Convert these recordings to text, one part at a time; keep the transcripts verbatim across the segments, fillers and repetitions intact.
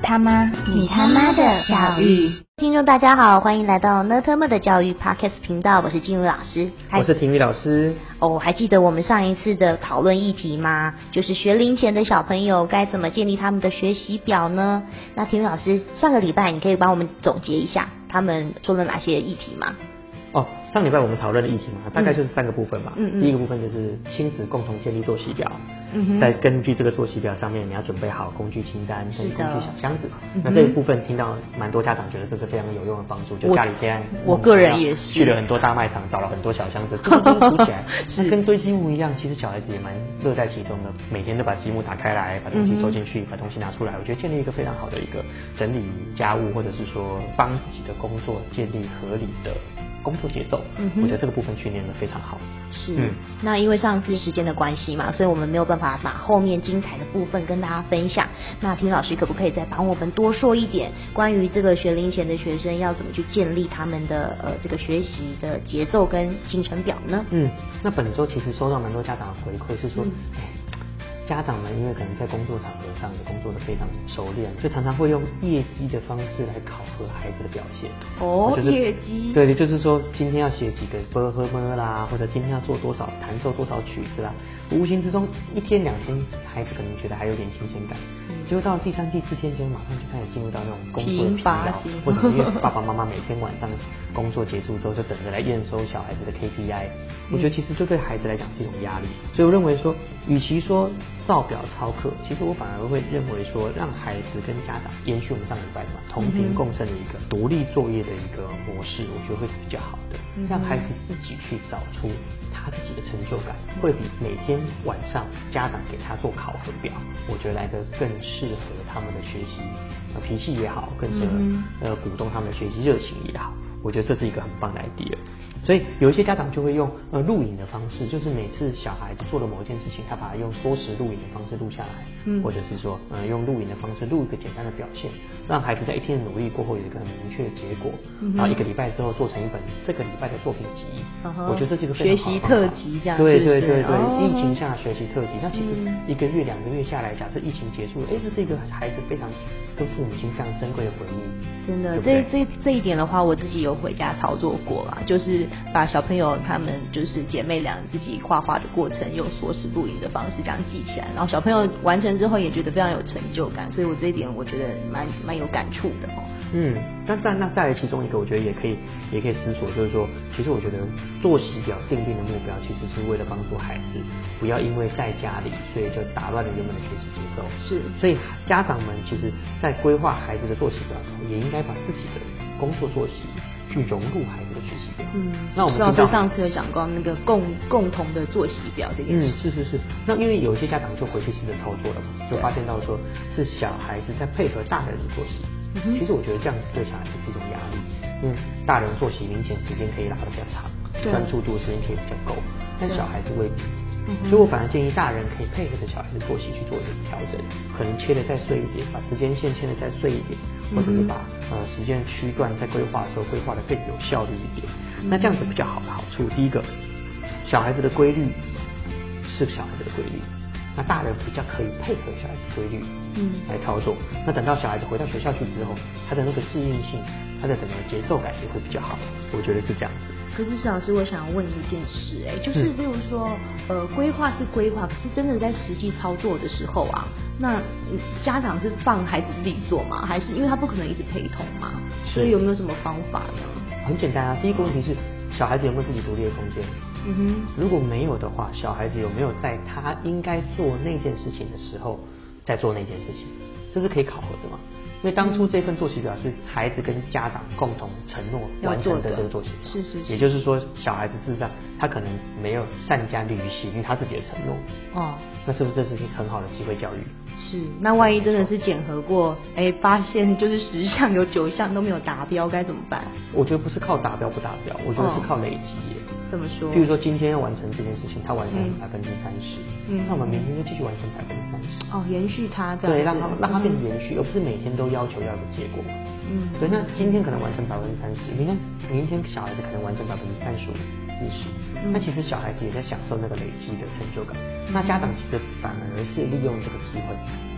他妈，你他妈的教育。听众大家好，欢迎来到呢特么的教育 Podcast 频道，我是金宇老师， 我是婷宇老师。 哦，还记得我们上一次的讨论议题吗？就是学龄前的小朋友该怎么建立他们的学习表呢？那婷宇老师，上个礼拜你可以帮我们总结一下他们说了哪些议题吗？ 哦，上礼拜我们讨论的议题嘛，大概就是三个部分吧。 嗯嗯。 第一个部分就是亲子共同建立作息表。 嗯哼。 再根据这个作息表上面，你要准备好工具清单跟工具小箱子。 嗯、 那这一部分听到蛮多家长觉得这是非常有用的帮助，就家里现在我个人也是去了很多大卖场，找了很多小箱子，嘟嘟嘟起来，那跟堆积木一样。其实小孩子也蛮乐在其中的，每天都把积木打开来，把东西收进去，嗯、把东西拿出来。我觉得建立一个非常好的一个整理家务，或者是说帮自己的工作建立合理的工作节奏，嗯、我觉得这个部分训练的非常好。 是，嗯、那因为上次时间的关系嘛，所以我们没有办法把后面精彩的部分跟大家分享。那婷老师可不可以再帮我们多说一点关于这个学龄前的学生要怎么去建立他们的呃这个学习的节奏跟行程表呢？ 嗯，那本周其实收到蛮多家长的回馈是说，哎、嗯。家长们因为可能在工作场合上也工作的非常熟练，所以常常会用业绩的方式来考核孩子的表现。 哦， 就是、 业绩。 对，就是说今天要写几个啵呵啵啦，或者今天要做多少弹奏多少曲子啦，无形之中一天两天孩子可能觉得还有点新鲜感，结果到了第三第四天之后，马上就开始进入到那种工作的疲劳，或者因为爸爸妈妈每天晚上工作结束之后就等着来验收小孩子的 K P I，、嗯、我觉得其实这对孩子来讲是一种压力，所以我认为说，与其说照表操课，其实我反而会认为说，让孩子跟家长延续我们上礼拜嘛同频共振的一个独立作业的一个模式，我觉得会是比较好的，嗯、让孩子自己去找出他自己的成就感，会比每天晚上家长给他做考核表，我觉得来得更适合他们的学习呃脾气也好，更适合、嗯、呃鼓动他们的学习热情也好，我觉得这是一个很棒的 idea。所以有一些家长就会用呃录影的方式，就是每次小孩子做了某一件事情，他把它用缩时录影的方式录下来，嗯，或者是说呃用录影的方式录一个简单的表现，让孩子在一天的努力过后有一个很明确的结果，嗯、然后一个礼拜之后做成一本这个礼拜的作品集，嗯、我觉得这是一个非常好的学习特辑这样， 对对对对， 哦、 疫情下学习特辑，那其实一个月两个月下来，假设疫情结束了，哎，这是一个孩子非常跟父母亲非常珍贵的回忆。 真的， 对对这这这一点的话，我自己有回家操作过啦，就是把小朋友他们就是姐妹俩自己画画的过程，用缩时录影的方式这样记起来，然后小朋友完成之后也觉得非常有成就感，所以我这一点我觉得蛮蛮有感触的哦。 嗯，那再那再来其中一个，我觉得也可以也可以思索，就是说，其实我觉得作息表定定的目标，其实是为了帮助孩子不要因为在家里，所以就打乱了原本的学习节奏。 是， 所以家长们其实在规划孩子的作息表的时候，也应该把自己的工作作息去融入孩子的学习表。 嗯， 那我们老师上次有讲过那个共共同的作息表这件事。 嗯，是是是。那因为有一些家长就回去试着操作了嘛，就发现到说是小孩子在配合大人的作息。嗯、其实我觉得这样子对小孩子是一种压力，因为大人作息明显时间可以拉得比较长，专注度的时间可以比较够，但小孩子未必。所以我反而建议大人可以配合着小孩子作息去做一个调整，可能切的再碎一点，把时间线切的再碎一点，或者是把呃时间区段在规划的时候规划的更有效率一点。那这样子比较好的好处，第一个，小孩子的规律是小孩子的规律，那大人比较可以配合小孩子规律嗯来操作。那等到小孩子回到学校去之后，他的那个适应性，他的整个节奏感也会比较好，我觉得是这样子。 可是史老师，我想要问一件事，哎，就是例如说，呃，规划是规划，可是真的在实际操作的时候啊，那家长是放孩子自己做吗？还是因为他不可能一直陪同嘛？所以有没有什么方法呢？ 很简单啊，第一个问题是小孩子有没有自己独立的空间？嗯哼，如果没有的话，小孩子有没有在他应该做那件事情的时候在做那件事情？这是可以考核的嘛？因为当初这份作息表是孩子跟家长共同承诺完成的这个作息表， 是是是， 也就是说小孩子事实上他可能没有善加履行他自己的承诺，哦，那是不是这是很好的机会教育？ 是，那万一真的是检核过，哎，发现就是十项有九项都没有达标，该怎么办？ 我觉得不是靠达标不达标，我觉得是靠累积耶。 怎么说？ 譬如说今天要完成这件事情，他完成百分之三十，嗯，那我们明天就继续完成百分之三十。 哦，延续它这样子。 对，让它让它变成延续，而不是每天都要求要有结果。嗯，对，那今天可能完成百分之三十，明天明天小孩子可能完成百分之三十五、四十，那其实小孩子也在享受那个累积的成就感。那家长其实反而是利用这个机会，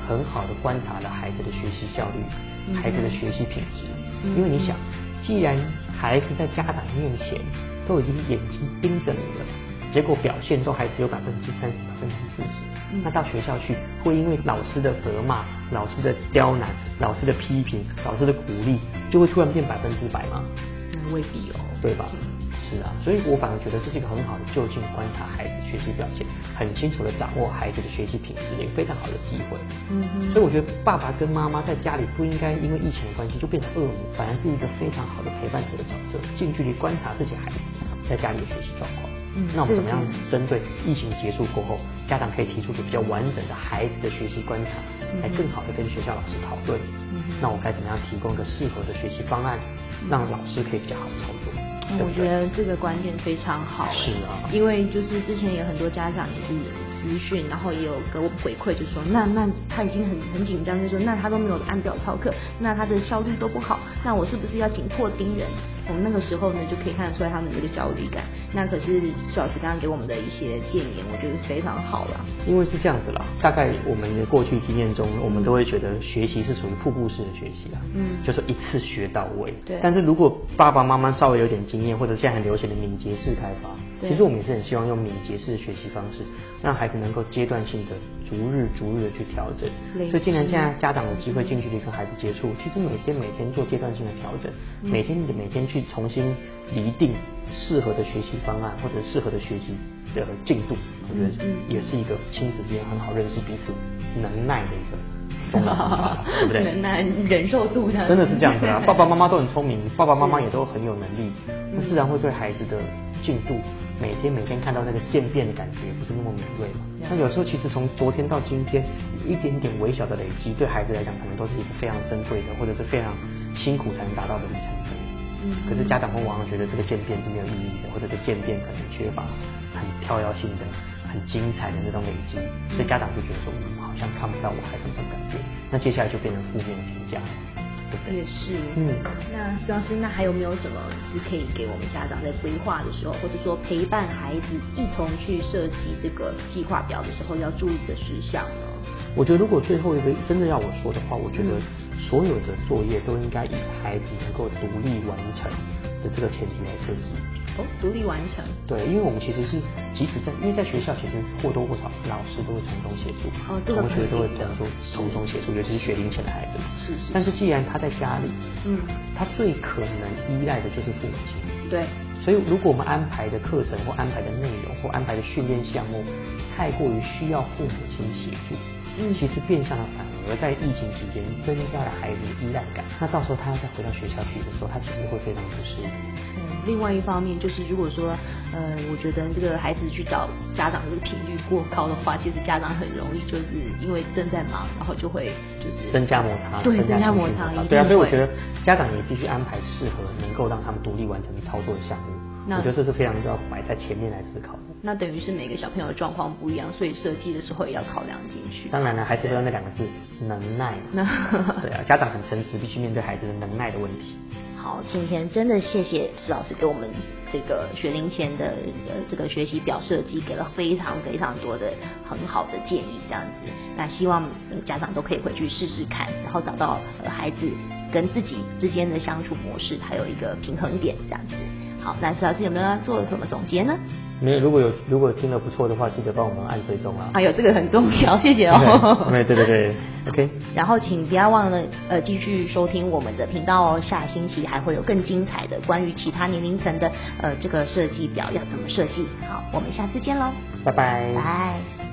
很好的观察了孩子的学习效率、 嗯、 孩子的学习品质。 嗯、 因为你想，既然孩子在家长面前都已经眼睛盯着你了，结果表现都还只有百分之三十、百分之四十，那到学校去，会因为老师的责骂、老师的刁难、老师的批评、老师的鼓励，就会突然变百分之百吗？ 那未必哦， 对吧？是啊，所以我反而觉得这是一个很好的就近观察孩子学习表现，很清楚的掌握孩子的学习品质的一个非常好的机会。嗯哼。所以我觉得爸爸跟妈妈在家里不应该因为疫情的关系就变成恶魔，反而是一个非常好的陪伴者的角色，近距离观察自己孩子在家里的学习状况。嗯，那我们怎么样针对疫情结束过后，家长可以提出一个比较完整的孩子的学习观察，来更好的跟学校老师讨论。嗯，那我该怎么样提供一个适合的学习方案，让老师可以比较好操作？ 嗯、我觉得这个观点非常好。 是啊， 因为就是之前有很多家长也是咨询，然后也有给我回馈，就是说那那他已经很很紧张，就说那他都没有按表操课，那他的效率都不好，那我是不是要紧迫盯人？从那个时候呢，就可以看得出来他们这个焦虑感。那可是施老师刚刚给我们的一些建言，我觉得非常好啦。 因为是这样子啦，大概我们的过去经验中，我们都会觉得学习是属于瀑布式的学习啦，嗯，就是一次学到位。 对。 但是如果爸爸妈妈稍微有点经验，或者现在很流行的敏捷式开发，其实我们也是很希望用敏捷式的学习方式，让孩子能够阶段性的逐日逐日的去调整。所以既然现在家长有机会近距离跟孩子接触，其实每天每天做阶段性的调整，嗯、每天每天去重新厘定适合的学习方案或者适合的学习的进度，我觉得也是一个亲子之间很好认识彼此能耐的一个方法，对不对？ 能耐忍受度的， 真的是这样子啊！爸爸妈妈都很聪明，爸爸妈妈也都很有能力，那自然会对孩子的进度每天每天看到那个渐变的感觉不是那么敏锐嘛。那有时候其实从昨天到今天一点点微小的累积，对孩子来讲可能都是一个非常珍贵的，或者是非常辛苦才能达到的里程碑。嗯，可是家长会往往觉得这个渐变是没有意义的，或者这渐变可能缺乏很跳跃性的、很精彩的那种累积，所以家长就觉得说，嗯，好像看不到我孩子什么改变，那接下来就变成负面的评价了。 也是，嗯，那施老师，那还有没有什么是可以给我们家长在规划的时候，或者说陪伴孩子一同去设计这个计划表的时候要注意的事项呢？ 我觉得如果最后一个真的要我说的话，我觉得所有的作业都应该以孩子能够独立完成的这个前提来设计。 哦，独立完成。 对，因为我们其实是即使在，因为在学校其实或多或少老师都会从中协助， 哦，这个同学都会从中从中协助，尤其是学龄前的孩子嘛。 是是。 但是既然他在家里，嗯，他最可能依赖的就是父母亲。 对。 所以如果我们安排的课程或安排的内容或安排的训练项目太过于需要父母亲协助，嗯，其实变相的反而在疫情期间增加了孩子的依赖感。那到时候他要再回到学校去的时候，他其实会非常不适应。 嗯，另外一方面就是，如果说，呃，我觉得这个孩子去找家长的这个频率过高的话，其实家长很容易就是因为正在忙，然后就会就是增加摩擦， 对，增加摩擦。 对啊，所以我觉得家长也必须安排适合能够让他们独立完成操作的项目。我觉得这是非常要摆在前面来思考的。 那等于是每个小朋友的状况不一样，所以设计的时候也要考量进去。 当然了，还是说那两个字能耐嘛。对啊，家长很诚实，必须面对孩子的能耐的问题。 好，今天真的谢谢施老师给我们这个学龄前的呃这个学习表设计，给了非常非常多的很好的建议，这样子。那希望、呃、家长都可以回去试试看，然后找到、呃、孩子跟自己之间的相处模式，还有一个平衡点，这样子。好，那施老师有没有要做什么总结呢？ 没有，如果有如果听得不错的话，记得帮我们按追踪啊。 哎呦，这个很重要，谢谢哦。 对对对对 ，OK。 然后请不要忘了呃继续收听我们的频道哦，下星期还会有更精彩的关于其他年龄层的呃这个设计表要怎么设计。好，我们下次见喽， 拜拜， 拜。